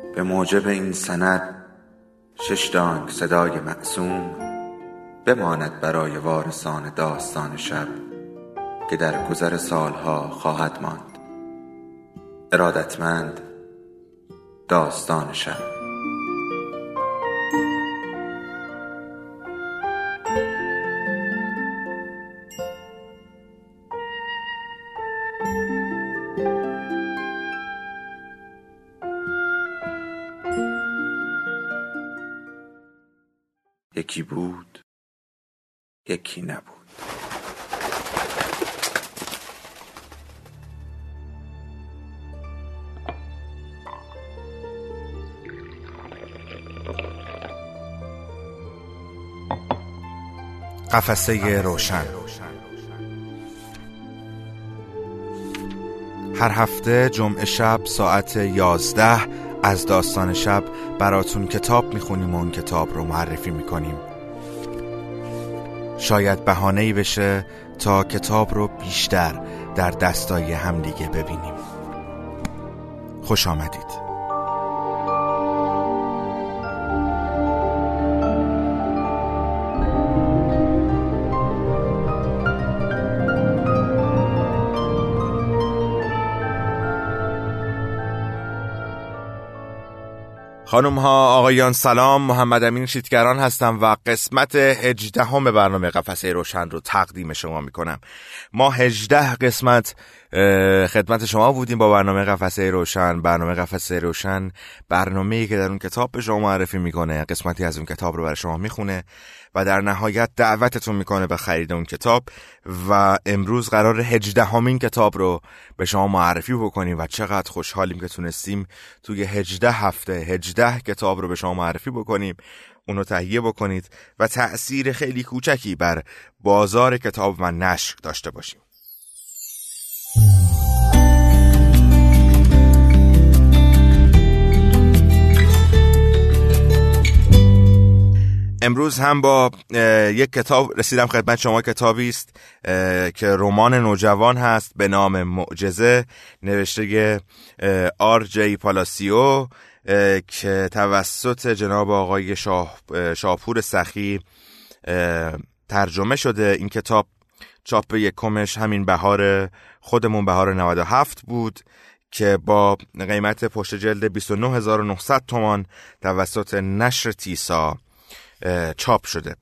به موجب این سند 6 دانگ صدای معصوم بماند برای وارثان داستان شب که در گذر سالها خواهد ماند. ارادتمند، داستان شب. یکی بود، یکی نبود. قفسه روشن. هر هفته جمعه شب ساعت 11 از داستان شب براتون کتاب میخونیم و اون کتاب رو معرفی میکنیم. شاید بهانه‌ای بشه تا کتاب رو بیشتر در دستای همدیگه ببینیم. خوش آمدید. خانم ها، آقایان، سلام. محمد امین شیطگران هستم و قسمت 18 برنامه قفسه روشن رو تقدیم شما میکنم. ما 18 قسمت خدمت شما بودیم با برنامه قفسه روشن. برنامه قفسه روشن برنامه‌ای که در اون کتاب به شما معرفی میکنه، قسمتی از اون کتاب رو برای شما میخونه و در نهایت دعوتتون میکنه به خرید اون کتاب. و امروز قرار 18مین کتاب رو به شما معرفی بکنیم و چقدر خوشحالیم که تونستیم توی 18 هفته 18 کتاب رو به شما معرفی بکنیم، اونو تهیه بکنید و تأثیر خیلی کوچکی بر بازار کتاب و نشر داشته باشیم. امروز هم با یک کتاب رسیدم خدمت شما. کتابی است که رمان نوجوان هست به نام معجزه، نوشته آر.جی. پالاسیو که توسط جناب آقای شاپور سخی ترجمه شده. این کتاب چاپ یکمش همین بهار خودمون، بهار 97 بود که با قیمت پشت جلد 29900 تومان توسط نشر تیسا چاپ شده.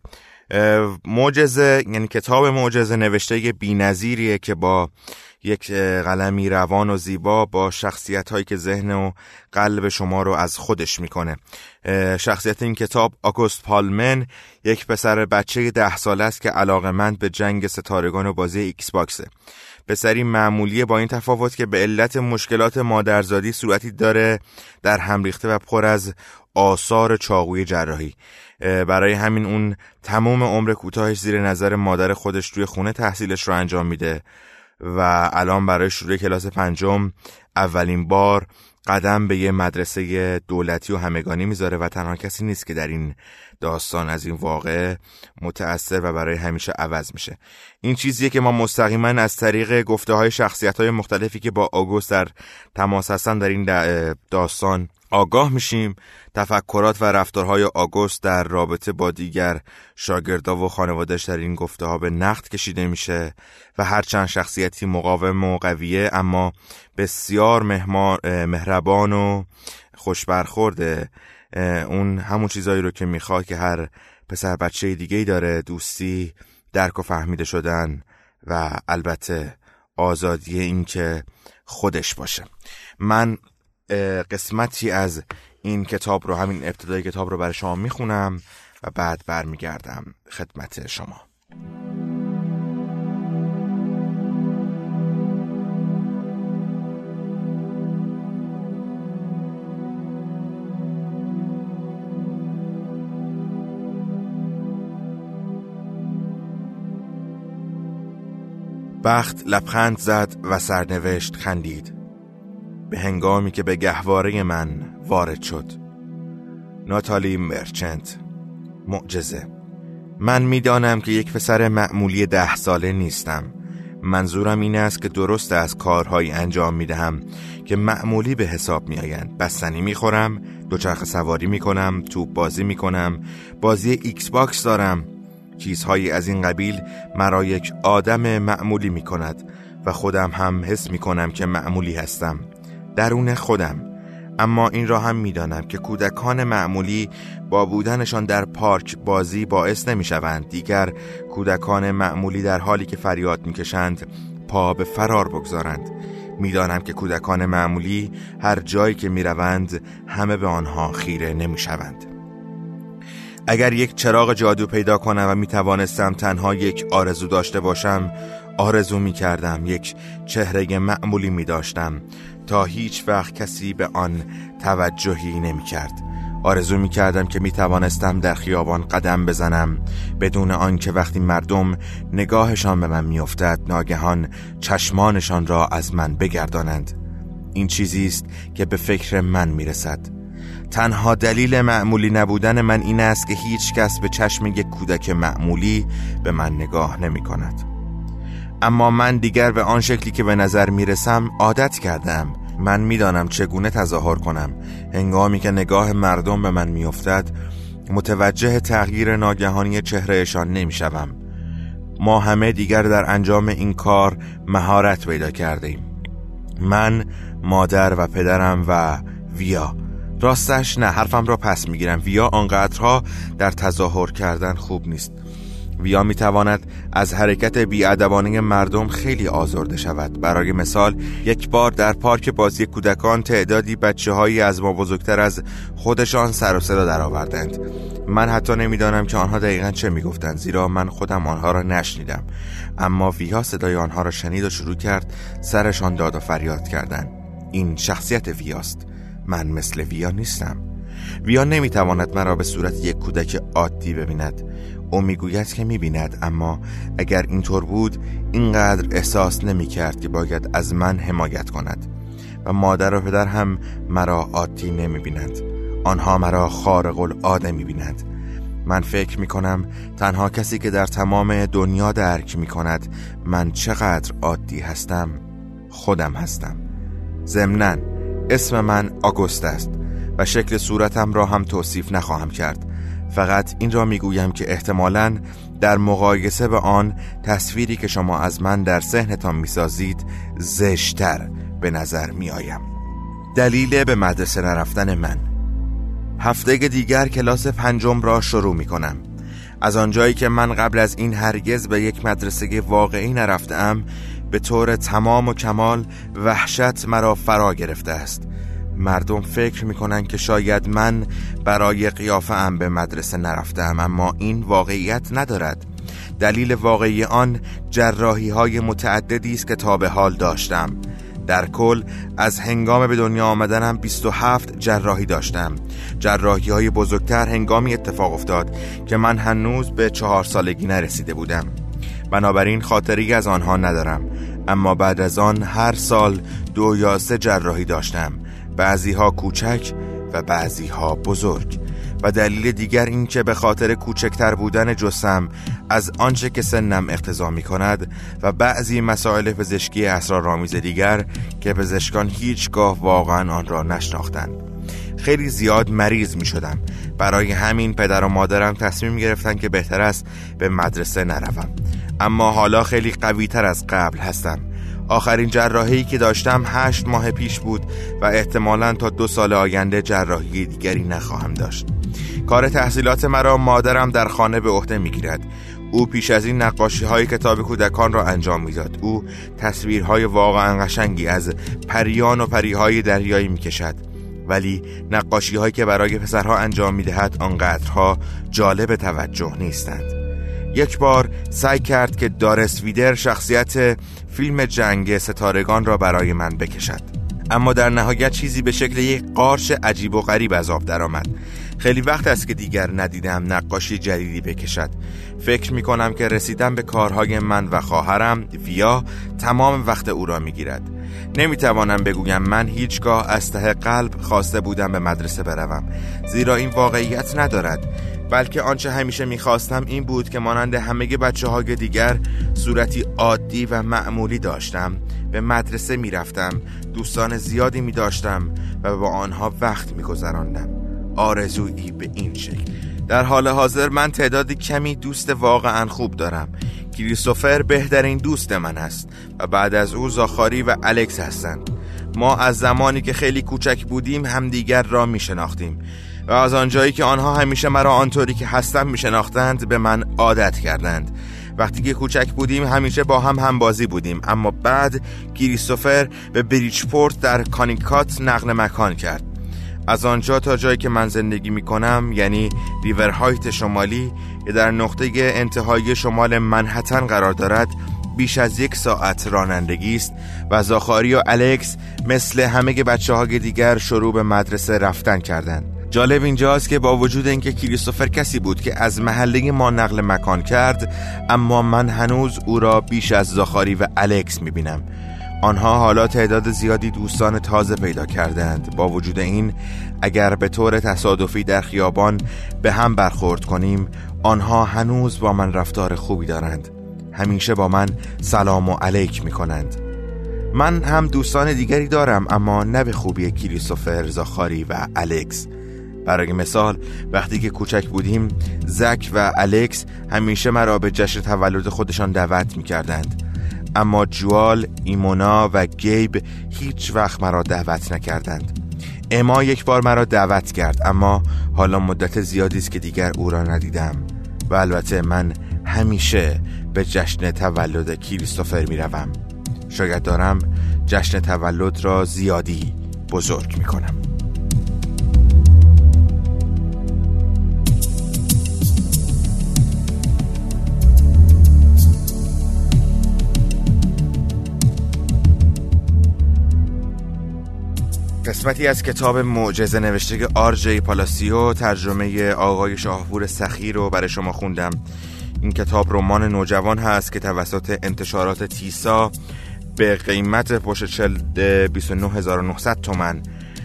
معجزه، یعنی کتاب معجزه، نوشته بی‌نظیریه که با یک قلمی روان و زیبا با شخصیت هایی که ذهن و قلب شما رو از خودش میکنه. شخصیت این کتاب آگوست پالمن، یک پسر بچه 10 ساله است که علاقه‌مند به جنگ ستارگان و بازی ایکس باکسه. پسری معمولیه، با این تفاوت که به علت مشکلات مادرزادی صورتی داره در هم ریخته و پر از آثار چاقوی جراحی. برای همین اون تمام عمر کوتاهش زیر نظر مادر خودش توی خونه تحصیلش رو انجام میده و الان برای شروع کلاس 5 اولین بار قدم به یه مدرسه دولتی و همگانی میذاره و تنها کسی نیست که در این داستان از این واقعه متأثر و برای همیشه عوض میشه. این چیزیه که ما مستقیما از طریق گفته های شخصیت های مختلفی که با آگوست در تماس هستن در این داستان آگاه میشیم. تفکرات و رفتارهای آگوست در رابطه با دیگر شاگردا و خانواده‌اش در این گفته ها به نقد کشیده میشه و هرچند شخصیتی مقاوم و قویه اما بسیار مهربان و خوشبرخورده. اون همون چیزایی رو که میخواد که هر پسر بچه دیگه‌ای داره: دوستی، درک و فهمیده شدن و البته آزادی، این که خودش باشه. من قسمتی از این کتاب رو، همین ابتدای کتاب رو برای شما میخونم و بعد برمیگردم خدمت شما. بخت لبخند زد و سرنوشت خندید به هنگامی که به گهواره من وارد شد. ناتالی مرچنت. معجزه. من میدانم که یک پسر معمولی 10 ساله نیستم. منظورم این است که درست از کارهایی انجام میدهم که معمولی به حساب میآیند. بستنی میخورم، دوچرخه سواری میکنم، توپ بازی میکنم، بازی ایکس باکس دارم. چیزهایی از این قبیل مرا یک آدم معمولی میکند و خودم هم حس میکنم که معمولی هستم درون خودم. اما این را هم میدانم که کودکان معمولی با بودنشان در پارک بازی باعث نمیشوند دیگر کودکان معمولی در حالی که فریاد میکشند پا به فرار بگذارند. میدانم که کودکان معمولی هر جایی که میروند همه به آنها خیره نمیشوند. اگر یک چراغ جادو پیدا کنم و میتوانستم تنها یک آرزو داشته باشم، آرزو میکردم یک چهره معمولی میداشتم تا هیچ وقت کسی به آن توجهی نمیکرد. آرزو میکردم که میتوانستم در خیابان قدم بزنم بدون آنکه وقتی مردم نگاهشان به من میافتد ناگهان چشمانشان را از من بگردانند. این چیزی است که به فکر من میرسد. تنها دلیل معمولی نبودن من این است که هیچ کس به چشم یک کودک معمولی به من نگاه نمی کند. اما من دیگر به آن شکلی که به نظر می رسم عادت کردم. من می دانم چگونه تظاهر کنم. هنگامی که نگاه مردم به من می افتد متوجه تغییر ناگهانی چهرهشان نمی شوم. ما همه دیگر در انجام این کار مهارت پیدا کردیم. من، مادر و پدرم و ویا. راستش نه، حرفم را پس میگیرم. ویا آنقدرها در تظاهر کردن خوب نیست. ویا میتواند از حرکت بی‌ادبانه مردم خیلی آزرده شود. برای مثال یک بار در پارک بازی کودکان تعدادی بچه‌هایی از ما بزرگتر از خودشان سر و صدا درآوردند. من حتی نمیدانم که آنها دقیقاً چه میگفتند، زیرا من خودم آنها را نشنیدم. اما ویا صدای آنها را شنید و شروع کرد سرشان داد و فریاد کردن. این شخصیت ویاست. من مثل ویا نیستم. ویا نمیتواند مرا به صورت یک کودک عادی ببیند. او میگوید که میبیند، اما اگر اینطور بود اینقدر احساس نمیکرد که باید از من حمایت کند. و مادر و پدر هم مرا عادی نمیبینند. آنها مرا خارق العاده میبینند. من فکر میکنم تنها کسی که در تمام دنیا درک میکند من چقدر عادی هستم خودم هستم. ضمناً اسم من آگوست است و شکل صورتم را هم توصیف نخواهم کرد. فقط این را میگویم که احتمالاً در مقایسه به آن تصویری که شما از من در ذهنتان میسازید زشت‌تر به نظر میآیم. دلیل به مدرسه نرفتن من: هفته دیگر کلاس 5 را شروع میکنم. از آنجایی که من قبل از این هرگز به یک مدرسه واقعی نرفتم، به طور تمام و کمال وحشت مرا فرا گرفته است. مردم فکر میکنن که شاید من برای قیافه‌ام به مدرسه نرفتم، اما این واقعیت ندارد. دلیل واقعی آن جراحی‌های متعددی است که تا به حال داشتم. در کل از هنگام به دنیا آمدنم 27 جراحی داشتم. جراحی‌های بزرگتر هنگامی اتفاق افتاد که من هنوز به 4 سالگی نرسیده بودم. بنابراین خاطری از آنها ندارم، اما بعد از آن هر سال 2 یا 3 جراحی داشتم، بعضی ها کوچک و بعضی ها بزرگ. و دلیل دیگر این که به خاطر کوچکتر بودن جسم از آنچه که سنم اقتضا می کند و بعضی مسائل پزشکی اسرارآمیز دیگر که پزشکان هیچگاه واقعا آن را نشناختند. خیلی زیاد مریض می شدم. برای همین پدر و مادرم تصمیم گرفتن که بهتر است به مدرسه نروم. اما حالا خیلی قوی تر از قبل هستم. آخرین جراحی که داشتم 8 ماه پیش بود و احتمالاً تا 2 سال آینده جراحی دیگری نخواهم داشت. کار تحصیلات مرا مادرم در خانه به عهده میگیرد. او پیش از این نقاشی‌های کتاب کودکان را انجام میداد. او تصویرهای واقعا قشنگی از پریان و پریهای دریایی میکشد، ولی نقاشی‌هایی که برای پسرها انجام میدهد آنقدرها جالب توجه نیستند. یک بار سعی کرد که دارث ویدر شخصیت فیلم جنگ ستارگان را برای من بکشد، اما در نهایت چیزی به شکل یک قارچ عجیب و غریب از آب درآمد. خیلی وقت است که دیگر ندیدم نقاشی جدیدی بکشد. فکر می کنم که رسیدن به کارهای من و خواهرم ویا تمام وقت او را می گیرد. نمی توانم بگویم من هیچگاه از ته قلب خواسته بودم به مدرسه بروم، زیرا این واقعیت ندارد. بلکه آنچه همیشه می‌خواستم این بود که مانند همه بچه‌های دیگر صورتی عادی و معمولی داشتم. به مدرسه می‌رفتم، دوستان زیادی می‌داشتم و با آنها وقت می‌گذراندم. آرزویی به این شکل. در حال حاضر من تعدادی کمی دوست واقعا خوب دارم. کریستوفر بهترین دوست من است و بعد از او زاخاری و الکس هستند. ما از زمانی که خیلی کوچک بودیم همدیگر را می شناختیم و از آنجایی که آنها همیشه مرا آنطوری که هستم می شناختند به من عادت کردند. وقتی که کوچک بودیم همیشه با هم بازی بودیم، اما بعد کریستوفر به بریجپورت در کانیکات نقل مکان کرد. از آنجا تا جایی که من زندگی می کنم، یعنی ریورهایت شمالی که در نقطه انتهایی شمال منهتن قرار دارد، بیش از 1 ساعت رانندگی است و زاخاری و الکس مثل همه بچه‌های دیگر شروع به مدرسه رفتن کردند. جالب اینجاست که با وجود اینکه کریستوفر کسی بود که از محله ما نقل مکان کرد، اما من هنوز او را بیش از زاخاری و الکس می‌بینم. آنها حالا تعداد زیادی دوستان تازه پیدا کردند. با وجود این، اگر به طور تصادفی در خیابان به هم برخورد کنیم، آنها هنوز با من رفتار خوبی دارند. همیشه با من سلام و علیک می کنند. من هم دوستان دیگری دارم، اما نه به خوبی کریستوفر، زاخاری و الکس. برای مثال، وقتی که کوچک بودیم، زک و الکس همیشه مرا به جشن تولد خودشان دعوت می کردند، اما جوال، ایمونا و گیب هیچ وقت مرا دعوت نکردند. اما یک بار مرا دعوت کرد، اما حالا مدت زیادی است که دیگر او را ندیدم. و البته من همیشه به جشن تولد کریستوفر می روم. شاید دارم جشن تولد را زیادی بزرگ می کنم. قسمتی از کتاب معجزه نوشته آر.جی. پالاسیو، ترجمه آقای شاهپور سخی رو برای شما خوندم. این کتاب رمان نوجوان هست که توسط انتشارات تیسا به قیمت پشت جلد 29900 تومان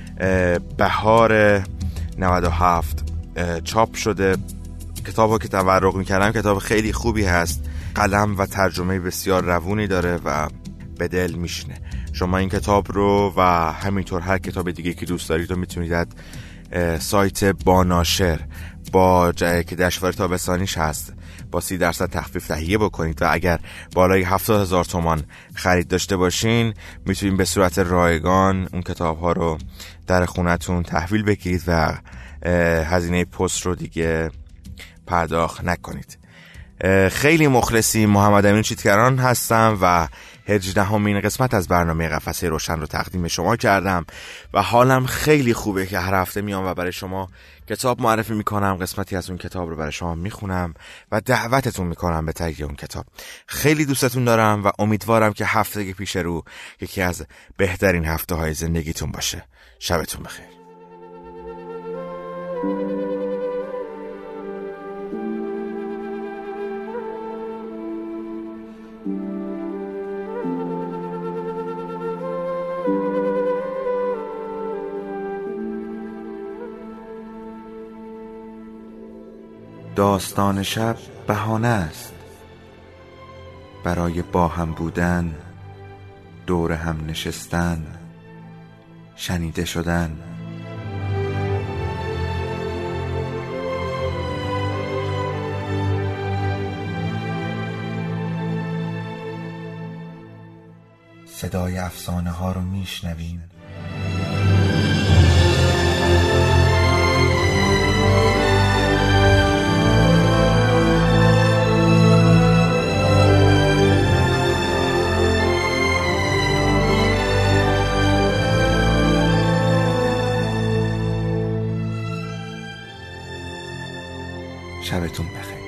بهار 97 چاپ شده. کتابو که تورق میکردم کتاب خیلی خوبی هست، قلم و ترجمه بسیار روونی داره و به دل میشنه. شما این کتاب رو و همینطور هر کتاب دیگه که دوست دارید رو میتونید از سایت باناشر با که دشوار تابستانیش هست با 30% تخفیف تهیه بکنید و اگر بالای 70,000 تومان خرید داشته باشین میتونید به صورت رایگان اون کتاب ها رو در خونتون تحویل بگیرید و هزینه پست رو دیگه پرداخت نکنید. خیلی مخلصی، محمد امین چیتگران هستم و 18مین قسمت از برنامه قفسه روشن رو تقدیم شما کردم و حالم خیلی خوبه که هر هفته میام و برای شما کتاب معرفی میکنم، قسمتی از اون کتاب رو برای شما میخونم و دعوتتون میکنم به تهیه اون کتاب. خیلی دوستتون دارم و امیدوارم که هفته پیش رو یکی از بهترین هفته های زندگیتون باشه. شبتون بخیر. داستان شب بهانه است برای با هم بودن، دور هم نشستن، شنیده شدن. صدای افسانه ها رو میشنویم. شبتون بخیر.